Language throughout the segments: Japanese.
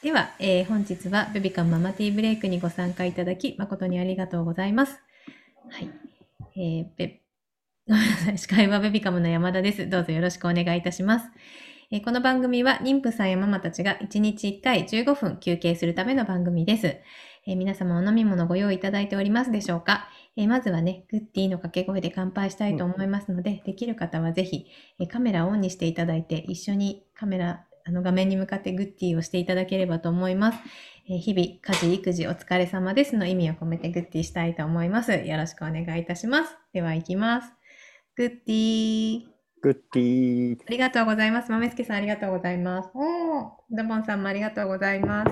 では、本日はベビカムママティーブレイクにご参加いただき誠にありがとうございます。はい。ごめんなさい。司会はベビカムの山田です。どうぞよろしくお願いいたします。この番組は妊婦さんやママたちが1日1回15分休憩するための番組です。皆様お飲み物ご用意いただいておりますでしょうか。まずはね、グッディの掛け声で乾杯したいと思いますので、できる方はぜひ、カメラをオンにしていただいて、一緒に画面に向かってグッディをしていただければと思います。日々、家事、育児お疲れ様ですの意味を込めてグッディしたいと思います。よろしくお願いいたします。では、行きます。グッディ。 グッディー。 ありがとうございます。豆助さん、ありがとうございます。ダボンさんもありがとうございます。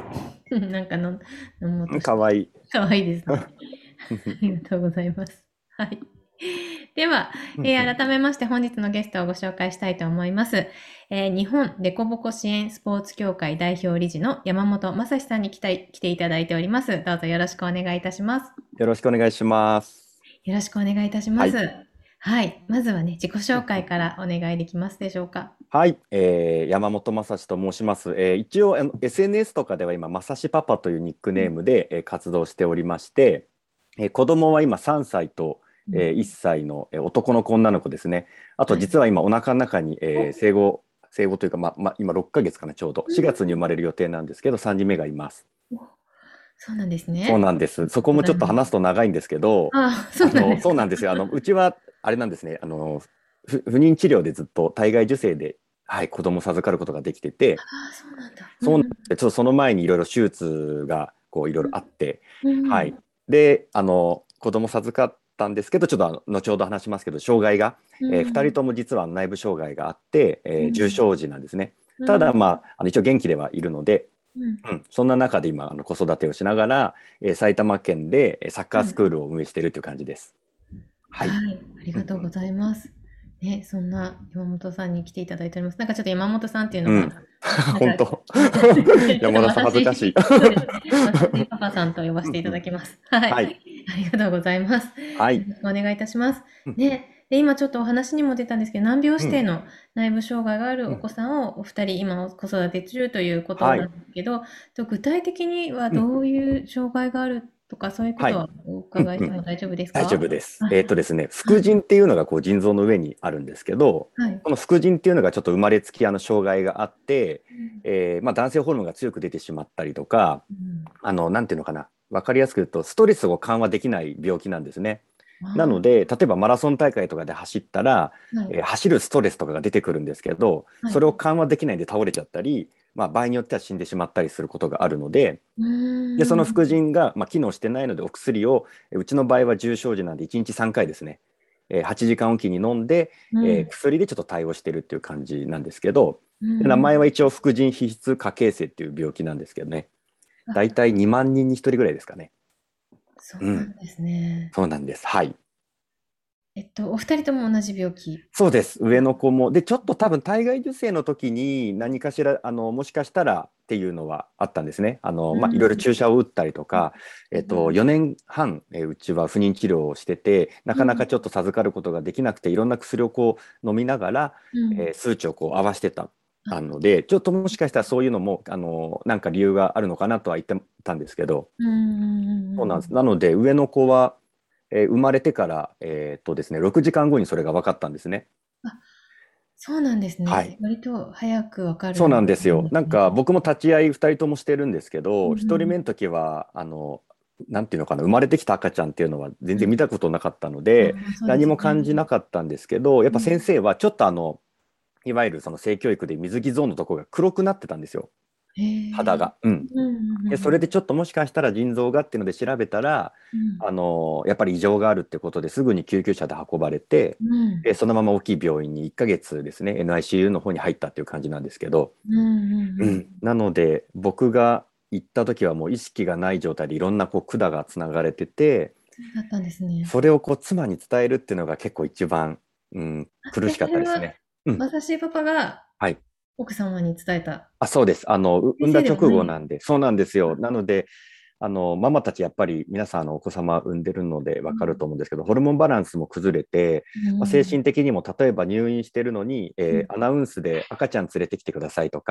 なんか飲もうとして。 かわいい。 かわいいですね。ありがとうございます。はい。では、改めまして本日のゲストをご紹介したいと思います。日本デコボコ支援スポーツ協会代表理事の山本正史さんに来ていただいております。どうぞよろしくお願いいたします。 よろしくお願いします。 よろしくお願いいたしはい。 ます。はい。まずはね、自己紹介からお願いできますでしょうか。 はい、山本正史と申します。一応SNS とかでは今、正史パパというニックうんネームで、活動しておりまして、子供は今3歳と、 うん。 1歳の、男の子女の子ですね。あとはい。 実は今お腹の中に、生後というか、今6ヶ月かな、ちょうど4月に生まれる予定なんですけど、3人目がいます。 そうなんですそうね。 なんです。そこもちょっとございます。 話すと長いんですけど、 そうなんですか。 そうなんですよ。うちは、あれなんですね。不妊治療でずっと体外受精で、はい、子供を授かることができてて、 そうなんだ。うん。 そうなんで、ちょっとその前にいろいろ手術が、こう、いろいろあって、 うん。 はい。で、子供授かったんですけど、ちょっと後ほど話しますけど、障害が、 う 2人ん。 とも実は内部障害があって、重うん。 症児なんですね。 うん。 ただ、一応元気ではいるので、 うん。 そんな中で今、子育てをしながら、埼玉県でサッカースクールを運営しているという感じです。はい。 はい、ありがとうございます。ね、そんな山本さんに来ていただいております。なんかちょっと山本さんっていうのが、 うん。 なんか、 本当。 ちょっと山田さんまさしい、 恥ずかしい。 そうですね、まさしいパパさんと呼ばせていただきます。はい、 はい。 ありがとうございます。 はい。 よろしくお願いいたします。 うんね、で、今ちょっとお話にも出たんですけど、難病うん。 指定の内部障害があるうんお子さんをお二人今子育て中ということはい。 なんですけど、具体的にはうん。 どういう障害があるとか、そういうこはい。 とはお伺いしてうんうん。 も大丈夫です大丈か？ 夫です。 あ、 ですね、 はい。 副腎っていうのがこう腎臓の上にあるんですけど、 はい。 この副腎っていうのがちょっと生まれつき障害があって、 うん。 男性ホルモンが強く出てしまったりとか、 うん。 なんていうのかな、わかりやすく言うと、ストレスを緩和できない病気なんですね。なあので、例えばマラソン大会とかで走ったら、 あ、はい。 走るストレスとかが出てくるんですけど、 はい。 それを緩和できないで倒れちゃったり、場合によっては死んでしまったりすることがあるので、 うで、そのーん。 副腎が、機能してないので、お薬を、うちの場合は重症時なんで1日3回ですね、8時間おきに飲んで、 うん。 薬でちょっと対応してるっていう感じなんですけど、で名うん。 前は一応副腎皮質過形成っていう病気なんですけどね、だいあ、 たい2万人に1人ぐらいですかね。 そううん、 なんですね。 そうなんです。はい。 お二人とも同じ病気。 そうです。上の子も。で、ちょっと多分体外受精の時に何かしら、もしかしたらっていうのはあったんですね。いろいろうん。 注射を打ったりとうん。 か、4年半、うちは不妊治療をしてて、なうん。 かなかちょっと授かることができなくて、いろんな薬をこう飲みながら、 うん。 数値をこう合わせてた。 あ、 ので、ちょっともしかしたらそういうのも、なんか理由があるのかなとは言ってたんですけど、 うんうんうんそうなんです。なので、上の子は、生まれてから、ですね、6時間後にそれが分かったんですね。 あ、そうなんですね。 はい。 割と早くわかそうるんなんですよ。 ですね。 なんか僕も立ち会い2人ともしてるんですけど、 うんうん 1人目の時は、なんていうのかな、生まれてきた赤ちゃんっていうのは全うん。 然見たことなかったのあで、 あ、そうで何すね。 も感じなかったんですけど、やっぱうん。 先生はちょっといわゆるその性教育で水着ゾーンのところが黒くなってたんですよ、 へえ。 肌が。うん。 うんうんうで、そんれでちょっともしかしたら腎臓がっていうので調べたら、 うん。 やっぱり異常があるってことですぐに救急車で運ばれて、 うん。 そのまま大きい病院に1ヶ月ですね、NICU の方に入ったっていう感じなんですけど、 うんうんうん。 なので、僕が行った時はもう意識がない状態でいろんなこう管がつながれてて、 そうだったんですね。 それをこう妻に伝えるっていうのが結構一番、苦しかっそれは、 たですね。うん。 まさしいパパがはい。 奥様に伝えた。 あ、そうです。産んだ直先生ではない。 後なんで、そうなんですよ。なので、ママたちやっぱり皆さんお子様産んでるのでわかるうん。 と思うんですけど、ホルモンバランスも崩れて、 う精ん。 神的にも例えば入院してるのに、 うん。 アナウンスで赤ちゃん連れてきてくださいとか、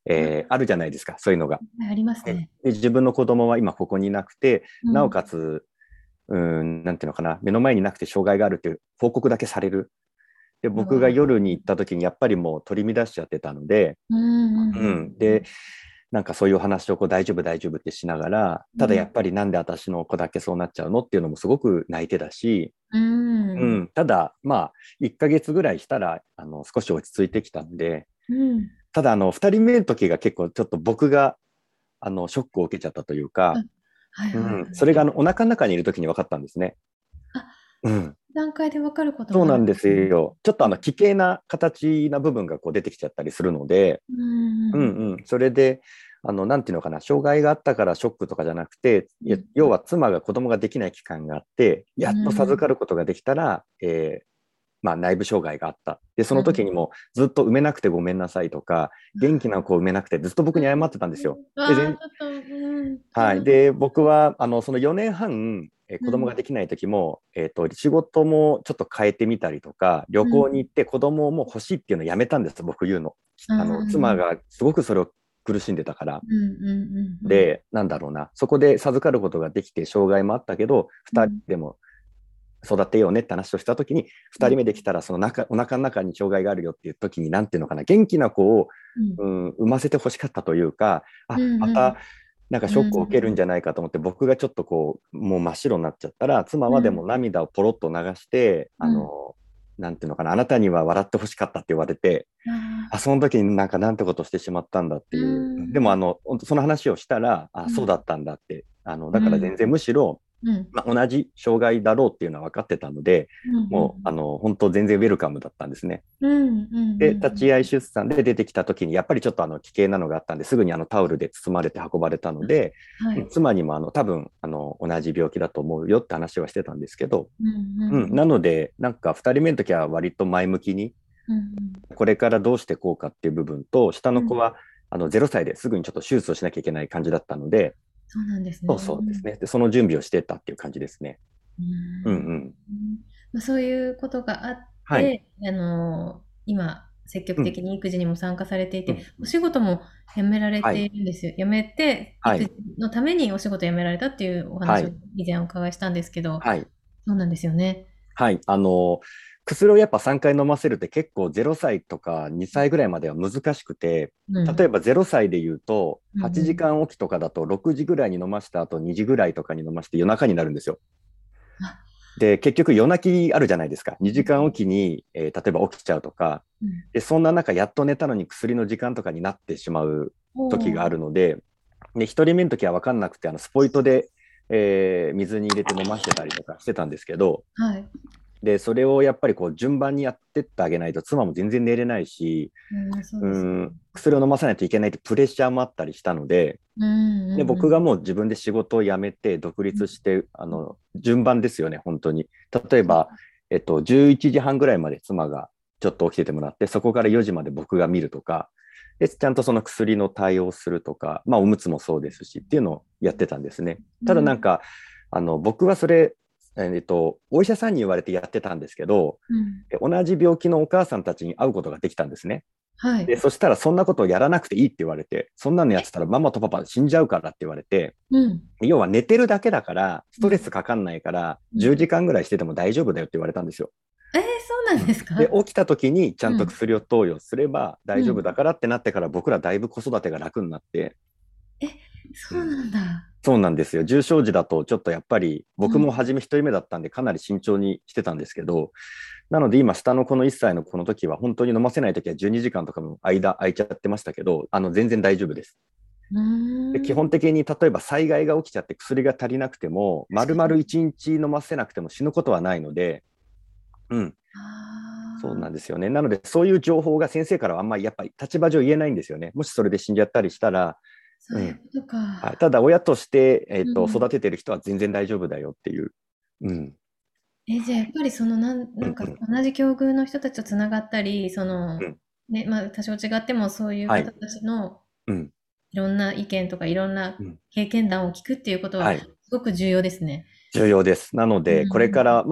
あ、 あるじゃないですか、そういうのが。 はい、ありますね。 で、自分の子供は今ここにいなくて、なおうん。 かつ、なんていうのかな、目の前になくて障害があるっていう報告だけされる。で、 うわ、 僕が夜に行った時にやっぱりもう取り乱しちゃってたので、 うんうんで、なんかそういう話をこう大丈夫大丈夫ってしながら、ただやうんっぱりなんで私の子だけそうなっちゃうのっていうのもすごく泣いてたし、 うんただまあ1ヶ月ぐらいしたら少し落ち着いてきたんで、 うんただ2人目の時が結構ちょっと僕がショックを受けちゃったというあ、 か、 はいはいはい。 それがお腹の中にいる時に分かったんですね。 あ、 うん、 段階でわかることもあるんそうなんですですね。 よ。ちょっと奇形な形な部分がこう出てきちゃったりするので、 うんそれで、なんていうのかな、障害があったからショックとかじゃなくて、 うん要は妻が子供ができない期間があって、やっと授うんかることができたら、まあ、内部障害があった。で、その時うんにもずっと埋めなくてごめんなさいとか、元気な子を埋めなくてずっと僕に謝ってたんですよ。で、 わあ、ちょっと、かはい。 わいそで、僕は、その4年半、 う。うん子供ができない時も、仕事もちょっと変えてみたりとか、旅うん行に行って子供も欲しいっていうのをやめたんです、僕言うの。 うんうん妻がすごくそれを苦しんでたから。 うんで、なんだろうな、そこで授かることができて、障害もあったけど、2人うんでも育てようねって話をした時に、2 うん人目できたら、そのお腹の中に障害があるよっていう時に、なんていうのかな、元気な子を、 うん産ませて欲しかったというか、また、なんかショックを受けるんじゃないかと思って、僕がちょっとこう、もう真っ白になっちゃったら、妻はでも涙をポロッと流して、なんていうのかな、あなたには笑って欲しかったって言われて、その時になんかなんてことをしてしまったんだっていう。でも本当その話をしたら、そうだったんだって。だから全然むしろ、まあ、同じ障害だろうっていうのは分かってたので、もう本当全然ウェルカムだったんですね。で、立ち会い出産で出てきた時に、やっぱりちょっと危険なのがあったんで、すぐにタオルで包まれて運ばれたので、 はい。 妻にも多分同じ病気だと思うよって話はしてたんですけど、 うんなので、なんか2人目の時は割と前向きに、これからどうしてこうかっていう部分と、下の子は0歳ですぐにちょっと手術をしなきゃいけない感じだったので、 そうなんですそうね。 そうですね。で、その準備をしてたっていう感じですね。 ううんうんん。 まあ、そういうことがあっはい。 て、今、積極うん。 的に育児にも参加されていて、おうんうん。 仕事も辞められはい。 ているんですよ。辞めて、育児はい。 のためにお仕事辞められたっていうお話をはい。 以前お伺いしたんですけど、 はい。 そうなんですよね。 はい。薬をやっぱ3回飲ませるって結構0歳とか2歳ぐらいまでは難しくて、 うん。 例えば0歳で言うと、8 うんうん。 時間おきとかだと6時ぐらいに飲ました後2時ぐらいとかに飲まして夜中になるんですよ。 あ、 で、結局夜泣きあるじゃないですか。2時間おきに、例えば起きちゃうとか。 うん。 で、そんな中、やっと寝たのに薬の時間とかになってしまう時があおー、 るので、で、1人目の時は分かんなくて、スポイトで、水に入れて飲ませてたりとかしてたんですけど、 はい。 で、それをやっぱりこう順番にやってってあげないと、妻も全然寝れないし、 うん、そうですよね。 薬を飲まさないといけないってプレッシャーもあったりしたので、 うんで、 うんうん。 僕がもう自分で仕事を辞めて独立して、順番ですよね、本当に。例えば、11時半ぐらいまで妻がちょっと起きててもらって、そこから4時まで僕が見るとか、で、ちゃんとその薬の対応するとか、まあ、おむつもそうですしっていうのをやってたんですね。ただなんうんか、僕はそれ、お医者さんに言われてやってたんですけど、 うん。 同じ病気のお母さんたちに会うことができたんですね。で、 はい。 そしたらそんなことをやらなくていいって言われて、そんなのやってたらママとパパ死んじゃうからって言われて、 うん。 要は寝てるだけだから、ストレうん。 スかかんないから、10 うん。 時間ぐらいしてても大丈夫だよって言われたんですよ。 そうなんですで、 か？ 起きた時にちゃんとうん。 薬を投与すれば大丈夫うん。 だからってなってから僕らだいぶ子育てが楽になって、 え、そううん、 なんだ。 そうなんですよ。重症時だとちょっとやっぱり僕もうん。 初め一人目だったんでかなり慎重にしてたんですけど、なので今下のこの1歳のこの時は本当に飲ませない時は12時間とかの間空いちゃってましたけど、全然大丈夫です。 うで、基ーん。 本的に例えば災害が起きちゃって薬が足りなくても、丸々 確かに。 1日飲ませなくても死ぬことはないので、うん、そうああ、 なんですよね。なので、そういう情報が先生からはあんまりやっぱり立場上言えないんですよね。もしそれで死んじゃったりしたら、 そういううん。 ことはい、 か。 ただ、親として、 うん。 育ててる人は全然大丈夫だよっていう。うん。 じゃあやっぱりなんかうんうん。 同じ境遇の人たちとつながったり、 うん。 ね、まあ多少違ってもそういうはい。 方たちのうん。 いろんな意見とかいろんなうん。 経験談を聞くっていうことははい。 すごく重要ですね。 重要です。なのうで、これかん。 ら、まあ、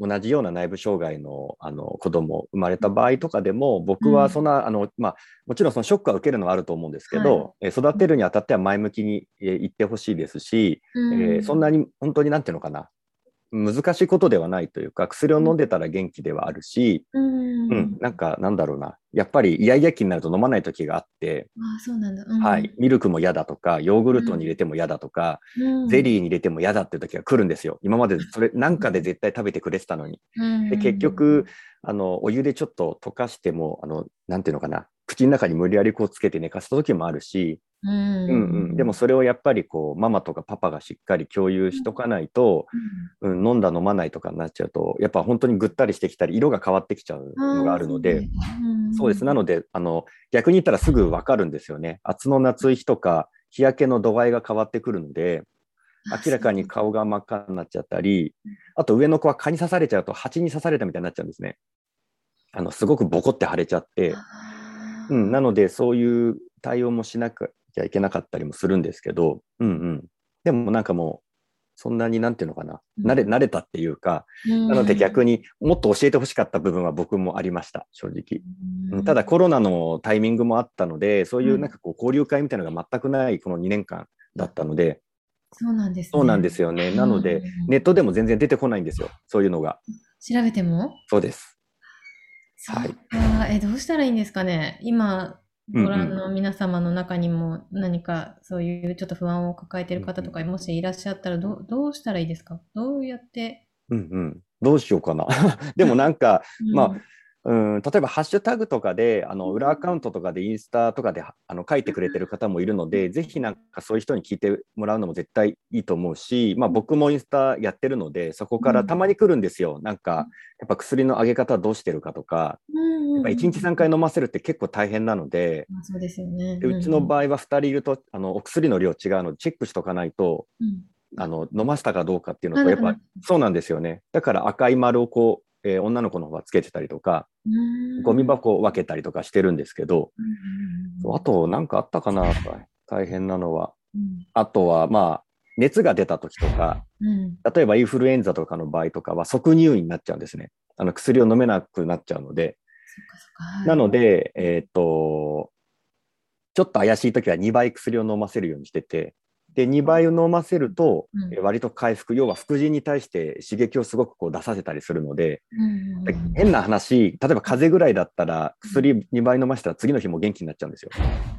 同じような内部障害の、子供生まれた場合とかでも、僕はそんな、もちろんそのショックは受けるのはあると思うんですけはい。 ど、育てるにあたっては前向きに、言ってほしいですし、 うん。 そんなに本当になんていうのかな、難しいことではないというか、薬を飲んでたら元気ではあるし、 うん。 なんかなんだろうな、やっぱりイヤイヤ期になると飲まない時があって、 ああ、そうなんだ。うん。 はい、ミルクも嫌だとか、ヨーグルトにうん。 入れても嫌だとか、 うん。 ゼリーに入れても嫌だっていう時が来るんですよ。今までそれなんかで絶対食べてくれてたのに。 うで、結ん。 局、お湯でちょっと溶かしても、なんていうのかな、口の中に無理やりこうつけて寝かす時もあるし、 うん。 でもそれをやっぱりこう、ママとかパパがしっかり共有しとかないと、 うん。 飲んだ飲まないとかになっちゃうと、やっぱ本当にぐったりしてきたり、色が変わってきちゃうのがああ、 あるので、 そうなんですね。うん。 そうです。なので、逆に言ったらすぐわかるんですよね。夏の夏日とか、日焼けの度合いが変わってくるので、 ああ、 明らかにそうなんだ。 顔が真っ赤になっちゃったり、あと上の子は蚊に刺されちゃうと蜂に刺されたみたいになっちゃうんですね。すごくボコって腫れちゃって、なあのでそういう対応もしなきゃいけなかったりもするんですけど、でもなんかもう、そんなになんていうのかな、 ー、うん。 慣れたっていうか、 うなので逆ん。 にもっと教えてほしかった部分は僕もありました、正直。ただコロナのタイミングもあったので、そういうなんはい。 かこう交流会みたいなのが全くないこの2年間だあ、 ったので、 そうなんですそうなんね。 ですよね。なうので、ネッん。 トでも全然出てこないんですよ。そういうのが。 調べてもそうです。 そうはい。 か。どうしたらいいんですかね。今、ご覧うんうん。 の皆様の中にも何かそういうちょっと不安を抱えていうんうん。 る方とかもしいらっしゃったらどうしたらいいですか？どうやって。 うんうん。どうしようかな。でもなんか、まあ、 うん。 例えばハッシュタグとかで、裏アカウントとかでインスタとかで書いてくれてる方もいるので、ぜひなんかそういう人に聞いてもらうのも絶対いいと思うし、まあ僕もインスタやってるので、そこうん。 からたまに来るんですよ。なんか、やっぱ薬のあげ方どうしてるかとか、 うんうんやっぱ1日3 うん。 回飲ませるって結構大変なので、 まあ、そうですよね。 でうちのうん場合は2人いると、お薬の量違うので、チェックしとかないと、 うん。うん。あ、 飲ませたかどうかっていうのと、やっぱなくなる。 そうなんですよね。だから赤い丸をこう、女の子の方がつけてたりとか、 うゴミーん。 箱を分けたりとかしてるんですけど、 うんうんあと、なんかあったかな、大変なのは。 うんうん。 あとは、まあ、熱が出た時とか、 うん。うん。 例えばインフルエンザとかの場合とかは即入院になっちゃうんですね。薬を飲めなくなっちゃうので。 そっかそっか、はない。 ので、ちょっと怪しい時は2倍薬を飲ませるようにしてて、で、2倍を飲ませると、 うん。 割と回復、要は副腎に対して刺激をすごくこう出させたりするので、 うんうんうん。 変な話、例えば風邪ぐらいだったらうん。 薬2倍飲ませたら次の日も元気になっちゃうんですよ。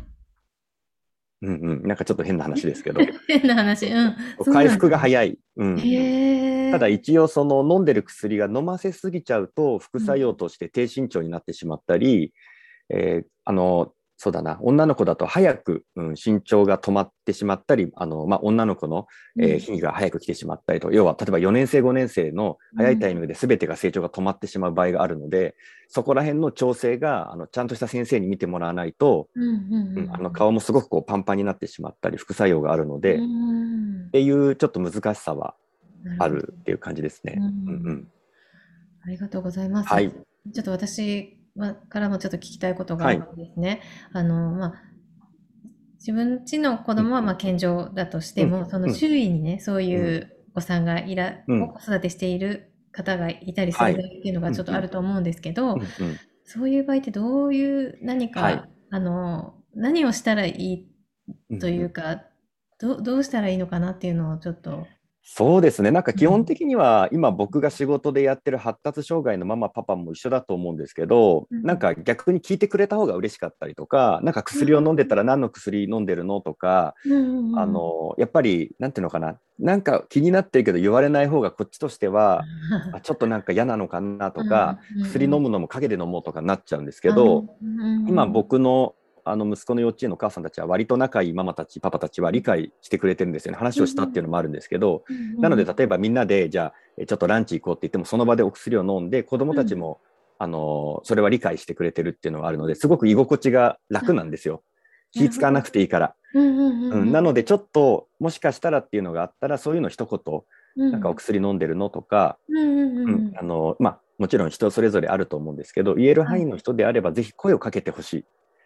なんかちょっと変な話ですけど、 変な話。うん。そう回なんだ。 復が早い。ただへえ。 一応その飲んでる薬が飲ませすぎちゃうと副うん。 作用として低身長になってしまったり、そうだな、女の子だと早く、身長が止まってしまったり、女の子の、 うん。 日が早く来てしまったりと、要は例えば4年生、5年生の早いタイミングで全てが成長が止まってしまう場合があるので、そこら辺の調整がちゃんとした先生に見てもらわないと、 うんうん顔もすごくこうパンパンになってしまったり、副作用があるのうん。 で、っていうちょっと難しさはなるほど。 あるっていう感じですうね。 ん。ありがとうございます。 はい。 ちょっと私からもちょっと聞きたいことがはい。 あってですね。まあ、自分ちの子うんうん。 供はまあ健常だとしてうん。 も、そのうん。 周囲にね、そううん。 いうお子さんがをうん。 子育てしている方がいたりすはい。 る場合っていうのがちょっとあうんうん。 ると思うんですけど、 うんうん。 そういう場合ってどういう何はい。 か、何をしたらいいというんうん。 うか、どうしたらいいのかなっていうのをちょっと。 そうですね。なんか基本うん。 的には今僕が仕事でやってる発達障害のママパパも一緒だと思うんですけど、 うん。 なんか逆に聞いてくれた方が嬉しかったりとか、なんか薬を飲んでたら何の薬飲んでるのとか、 うんうんうん。 やっぱりなんていうのかな、なんか気になってるけど言われない方がこっちとしては、ちょっとなんか嫌なのかなとうんか、 うんうん。 薬飲むのも陰で飲もうとかなっちゃうんですけあ、うんど、今うん僕の息子の幼稚園のお母さんたちは割と仲いいママたち、パパたちは理解してくれてるんですよね。話をしたっていうのもあるんですけど、なので例えばみんなでじゃあちょっとランチ行こうって言ってもその場でお薬を飲んで子どもたちもそれは理解してくれてるっていうのがあるのですごく居心地が楽なんですよ。 なるほど。 気使わなくていいから。 うんうんうんなのでちょっともしかしたらっていうのがあったらそういうの一言うん。 なんかお薬飲んでるのとか、 うんうんうんうん。 もちろん人それぞれあると思うんですけど言えるはい。 範囲の人であればぜひ声をかけてほしい。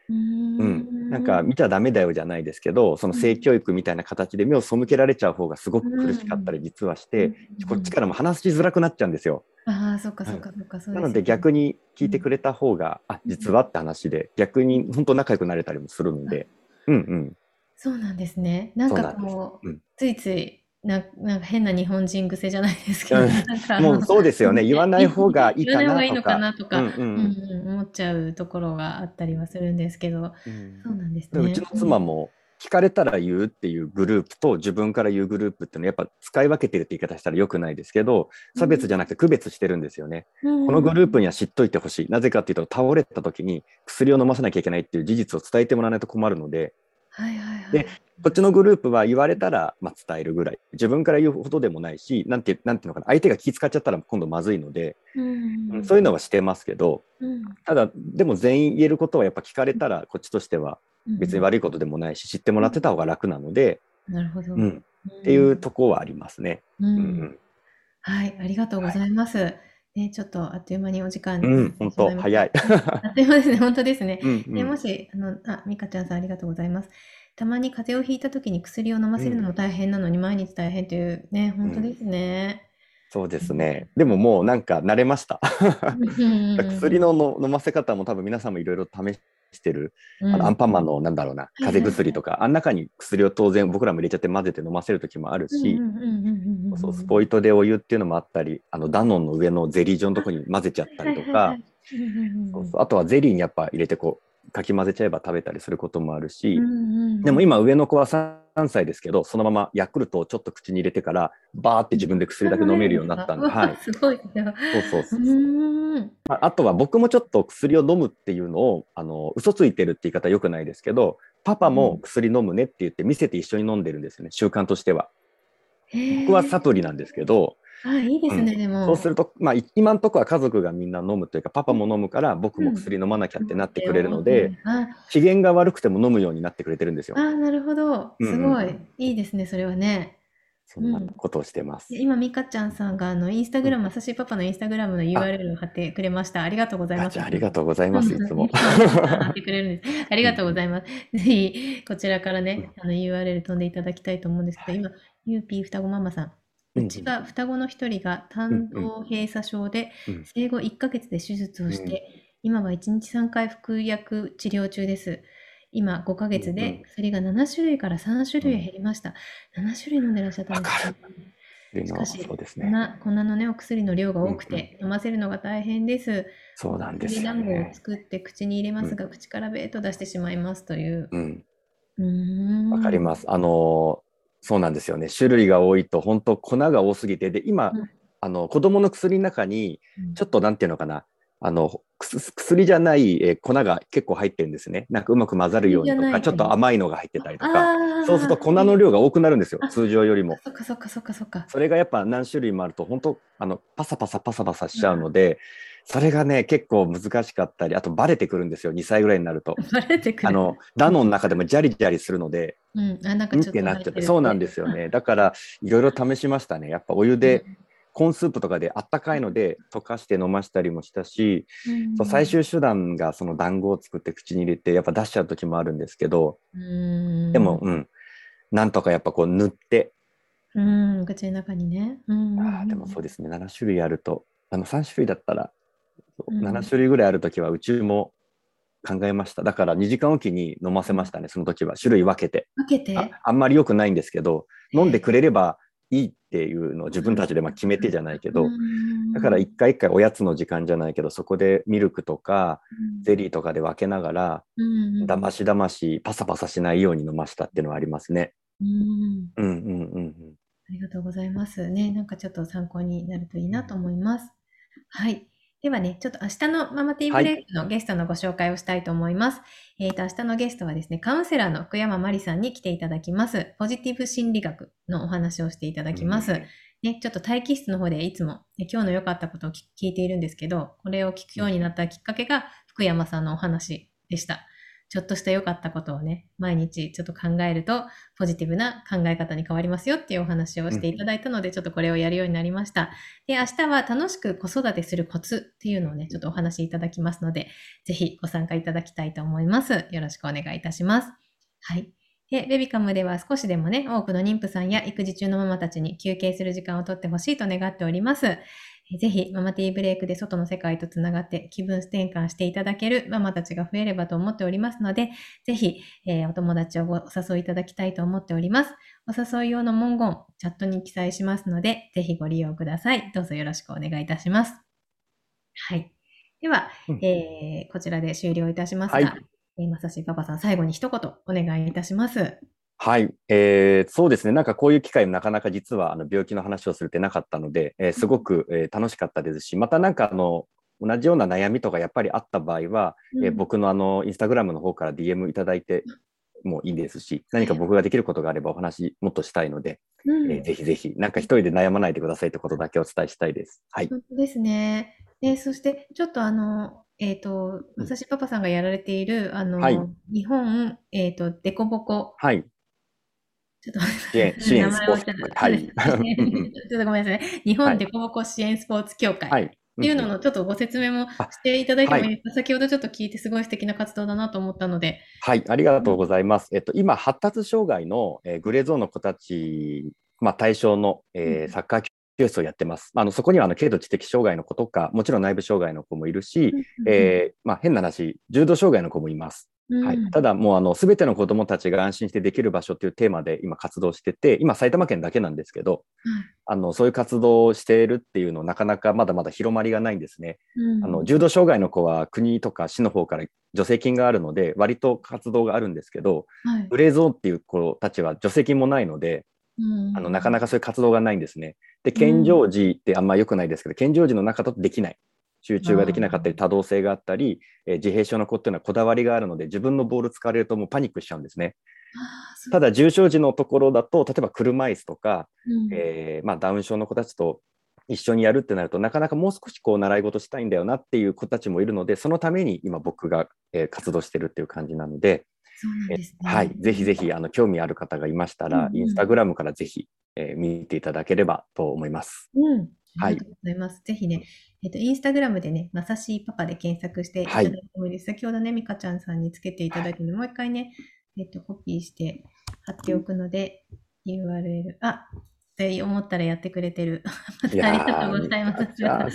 うーうん。なんかん。 見ちゃダメだよじゃないですけど、そのうん。 性教育みたいな形で目を背けられちゃう方がすごうく苦しかったん。 り実はしうん。 て、こっちからも話しづらくなっちゃうんですよ。 ああ、そっかうん。 そっかそっか、そうなのでですよね。 逆に聞いてうん。 くれた方が、あ、 うん。 実はって話で、逆うん。 に本当仲良くなれたりもするのあ、 で、うんうん、 そうなんですね。なんかそうなんです。 こう、 うん。 ついつい、なんか変な日本人癖じゃないですけど、 うんなんかもうそうですよね。言わない方がいいか言わない方がいいなとか、 のかなとか、 うんううんん。 うん、思っちゃうところがあったりはするんですけど、 うん、 そうなんですでうちのね。うん。 妻も聞かれたら言うっていうグループと自分から言うグループっていうのはやっぱ使い分けてるって言い方したらよくないですけど、差別じゃうん。 なくて区別してるんですよね。このうんうんうん。 グループには知っといてほしい。なぜかっていうと、倒れた時に薬を飲ませなきゃいけないっていう事実を伝えてもらわないと困るので、 はいはいはで、 い。 こっちのグループは言われたら、まあ、伝えるぐらい。自分から言うほどでもないし、なんていうのかな、相手が気遣っちゃったら今度まずいので、 うんうんうんそういうのはしてますけど、 うん。 ただ、でも全員言えることはやっぱ聞かれたら、こっちとしては別にうんうん悪いことでもないし、知ってもうん。 らってた方が楽なので、 なるほど。 うん。っていううん。 とこはありますね。 うん。 うんうん。 はい、ありがとうごはい。 ざいます。ね、ちょっとあっという間にお時間になっうん、本てしまいました。 当早い。 あっという間ですね、ほんとですね。 うんうで、もん。 し、みかちゃんさんありがとうございます。たまに風邪をひいた時に薬を飲まうん。 せるのも大変なのに、毎日大変というね、ほうん。 んとですね。 そうでうん。 すね。でももうなんか慣れました。 うんうんうんうんうん。 薬の飲ませ方も多分皆さんもいろいろ試してる、 うん。 アンパンマンのなんだろうな、 はい風はいはい。 邪薬とか、あん中に薬を当然僕らも入れちゃって混ぜて飲ませる時もあるし、 うんうんうんうんうんうんうんそう、スうん。 ポイトでお湯っていうのもあったり、ダノンの上のゼリー状のあ、 ところに混ぜちゃったはりとか、 いはいはいはい。うんうんうんうん。 そうそう、あとはゼリーにやっぱ入れてこう、かき混ぜちゃえば食べたりすることもあるし、 うんうんでもうん。 今上の子は3歳ですけど、そのままヤクルトをちょっと口に入れてから、バーって自分で薬だけ飲め飲めるようるんですか？ になったんで、 うわ、 はい。 すごい。いや、 そうそううそうそう。 ーん。 あとは僕もちょっと薬を飲むっていうのを、嘘ついてるって言い方よくないですけど、パパもうん。 薬飲むねって言って見せて一緒に飲んでるんですよね、習慣としては。 へ僕はサプリえ。 なんですけど、 あ、いいでうん。 すね、でも。 そうすると、まあ、今のところは家族がみんな飲むというか、パパうん、 も飲むから僕もうん。 薬飲まなきゃってなってくれる待ってよので、 って。あ、 機嫌が悪くても飲むようになってくれてるんですよ。 あ、なるほど。 うんうん。 すごい。いいですね、それはね。 そんうん。 なことをしてます。 で、今、みかちゃんさんが、インスタうん。 グラム、優しいパパのインスタグラムのあ、 URL を貼ってくれました。ありがとうございます。 ガチャありがとうございうん、 ます、いつも。 いつもね、貼ってくれるんです。ありがとうごうんうんざいます。ぜひ、こちらからうん。 ね、URL 飛んでいただきたいと思うんですけど、 はい。 今、ゆうぴー双子ママさん。うちうんうんは双子の一人が胆うんうん道閉鎖症で、 うん生後1ヶ月で手術をうん。 して、今は1日3回服薬治療中です。今5ヶ月でうんうん薬が7種類から3種類うん。 減りました。7種類飲んでらっしゃったんですね。 わかる。っていうのはそうしかし、 ですね。 粉のね、お薬の量がうんうん。 多くて、飲ませるのが大変です。 そうなんですきり団子をよね。 作って口に入れますうんが、口からべーっと出してしまいますという。 うん。 うーん。 わかります。そうなんですよね。種類が多いと、本当粉が多すぎて、で、今、 うん、 子供の薬の中に、 うん。 ちょっとなんていうのかな、薬じゃない、粉が結構入ってるんですね。なんかうまく混ざる薬じゃようにとか、ちょっとないってね。 甘いのが入ってたりとか、そうするとああ、 粉の量が多くなるんですよ、 あ、 通常よりも。 そっかそっかそっかそっか。 それがやっぱ何種類もあると、本当パサパサパサパサしちゃうのあで、それがね、結構難しかったり、あとバレてくるんですよ、2歳ぐらいになると。 バレてくる。 ダノンの中でもジャリジャリするので、 うん、あ、なんかんっちょっと入ってなっちゃって、そうなんてるって。 ですよね。だから、いろいろ試しましたね。やっぱお湯うん、 で、コーンスープとかであったかいので溶かして飲ましたりもしたし、 うそう最ん、 終手段がその団子を作って口に入れて、やっぱ出しちゃう時もあるんですけど、 うん、 でも、なんとかやっぱこう塗って、 うん、口の中にね。うんうんでもそうですね、7種類あると、3種類だったら、 うん。う 7 ん。 種類ぐらいあるときは、うちも考えました。だから2時間おきに飲まうん。 せましたね、その時は。種類分けて。 分けて？ あんまり良くないんですけど、飲んでくへえ。 れればいいっていうのを自分たちで決めてじゃないけうど、だからん。 一回一回おやつの時間じゃないけど、そこでミルクとかうん。 ゼリーとかで分けながら、 うんうん。 だましだましパサパサしないように飲ましたっていうのはありますね。 うん。 うんうんうんありがとうございます。ね、なんかちょっと参考になるといいうん。 なと思います。はい。ではね、ちょっと明日のママティーはい。 ブレイクのゲストのご紹介をしたいと思います。明日のゲストはですね、カウンセラーの福山真理さんに来ていただきます。ポジティブ心理学のお話をしていただうんきます。 うんね、ちょっと待機室の方でいつも今日の良かったことを聞いているんですけど、これを聞くうん。 ようになったきっかけが福山さんのお話でした。 ちょっとした良かったことをね、毎日ちょっと考えると、ポジティブな考え方に変わりますよっていうお話をしていただいたので、ちょっとこれをやるようになりました。で、明日は楽しく子育てするコツっていうのをね、ちょっとお話しいただきますので、ぜひご参加いただきたいと思います。よろしくお願いいたします。はい。で、ベビカムでは少しでもね、多くの妊婦さんや育児中のママたちに休憩する時間をとってほしいと願っております。ぜひ、ママティーブレイクで外の世界とつながって気分転換していただけるママたちが増えればと思っておりますので、ぜひ、お友達をお誘いいただきたいと思っております。お誘い用の文言、チャットに記載しますので、ぜひご利用ください。どうぞよろしくお願いいたします。はい。では、こちらで終了いたしますが、まさしパパさん、最後に一言お願いいたします。 はい、そうですね。なんかこういう機会もなかなか実は病気の話をするってなかったので、すごく、楽しかったですし、またなんか同じような悩みとかやっぱりあった場合は、僕のインスタグラムの方から DM いただいてもいいですし、何か僕ができることがあればお話もっとしたいので、ぜひぜひ、なんか一人で悩まないでくださいってことだけお伝えしたいです。はい。 本当ですね。そして、ちょっとまさしパパさんがやられている、 はい。 日本、デコボコ、 はい。 ちょっと待って支援スポーツ。 名前をちょっと、 はい。 そうです。ちょっとごめんなさいね。日はい。 本デコボコ支援スポーツ協会っはい。 ていうののちょっとご説明もあ、 していただいてはい。 もいいですか？先ほどちょっと聞いてすごい素敵な活動だなと思ったので。 はい、ありがとうございます。今、発達障害の、グレーゾーンの子たち、対象の、サッカー教室をやってます。そこには軽度知的障害の子とか、もちろん内部障害の子もいるし、変な話、重度障害の子もいます。はい、ただ、もうすべての子どもたちが安心してできる場所というテーマで今活動してて、今、埼玉県だけなんですけど、そういう活動をしているっていうのなかなかまだまだ広まりがないんですね。重度障害の子は国とか市の方から助成金があるので割と活動があるんですけど、グレーゾーンっていう子たちは助成金もないので、なかなかそういう活動がないんですね。で、健常児ってあんま良くないですけど、健常児の中だとできない。集中ができなかったり、多動性があったり、自閉症の子っていうのはこだわりがあるので、自分のボール使われるともうパニックしちゃうんですね。ただ、重症児のところだと、例えば車椅子とか、ダウン症の子たちと一緒にやるってなると、なかなかもう少しこう習い事したいんだよなっていう子たちもいるので、そのために今僕が、活動してるっていう感じなので、 そうなんですね。 はい、ぜひぜひ興味ある方がいましたら、インスタグラムからぜひ、見ていただければと思います。 ありがとうございます。ぜひね、インスタグラムでね、まさしパパで検索していただいてもいいです。先ほどね、みかちゃんさんにつけていただいたので、もう一回ね、コピーして貼っておくので、URL、って思ったらやってくれてる。ありがとうございます。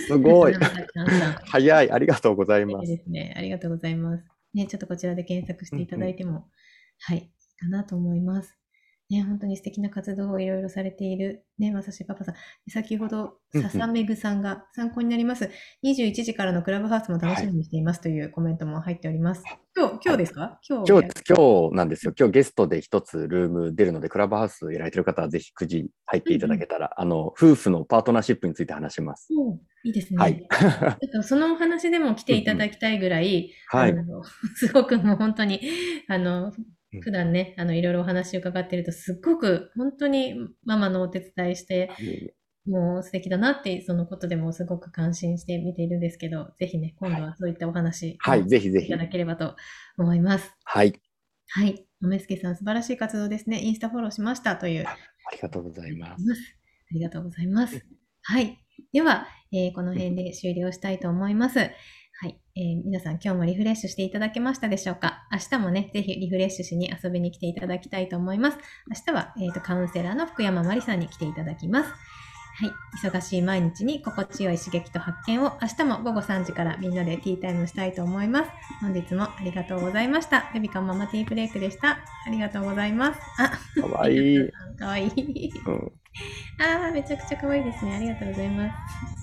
すごい。早い。ありがとうございます。 ですね。ありがとうございます。ね、ちょっとこちらで検索していただいても、はい、いいかなと思います。ね、本当に素敵な活動をいろいろされている、ね、まさしパパさん。先ほど、笹めぐさんが参考になります。21時からのクラブハウスも楽しみにしていますというコメントも入っております。今日ですか？今日なんですよ。今日ゲストで一つルーム出るので、クラブハウスやられてる方はぜひ9時入っていただけたら、夫婦のパートナーシップについて話します。 いいですね。 はい。 そのお話でも来ていただきたいぐらい、 はい。 すごくもう本当に、普段ね、いろいろお話を伺っていると、すっごく本当にママのお手伝いして、もう素敵だなって、そのことでもすごく感心して見ているんですけど、ぜひね、今度はそういったお話、 はい、ぜひぜひ。 いただければと思います。 はい。 はい。おめすけさん、素晴らしい活動ですね。インスタフォローしましたという。 ありがとうございます。 ありがとうございます。はい。では、この辺で終了したいと思います。はい、皆さん今日もリフレッシュしていただけましたでしょうか？明日もね、ぜひリフレッシュしに遊びに来ていただきたいと思います。明日は、カウンセラーの福山まりさんに来ていただきます。はい、忙しい毎日に心地よい刺激と発見を明日も午後3時からみんなでティータイムしたいと思います。本日もありがとうございました。ベビカンママティーブレイクでした。ありがとうございます。 かわいい。 かわいい。めちゃくちゃかわいいですね。ありがとうございます。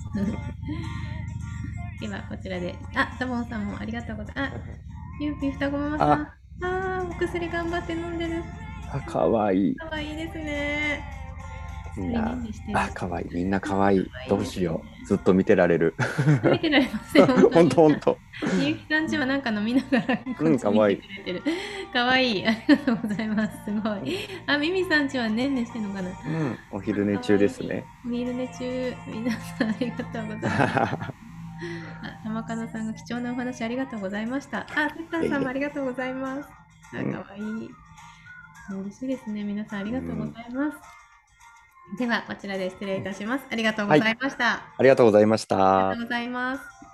では、こちらで。ザボンさんもありがとうございます。ゆうぴ双子ママさん。お薬頑張って飲んでる。 かわいい。 かわいいですね。 かわいい。みんなかわいい。どうしよう。ずっと見てられる。 見てられますよ。 ほんと。 ゆうきさんちはなんか飲みながらかわいい。 かわいい。ありがとうございます。すごい。ミミさんちはねんねしてんのかな？ お昼寝中ですね。 お昼寝中。皆さんありがとうございます。 玉かなさんが貴重なお話ありがとうございました。てったんさんもありがとうございます。かわいい。嬉しいですね。皆さんありがとうございます。では、こちらで失礼いたします。ありがとうございました。 ありがとうございました。 ありがとうございます。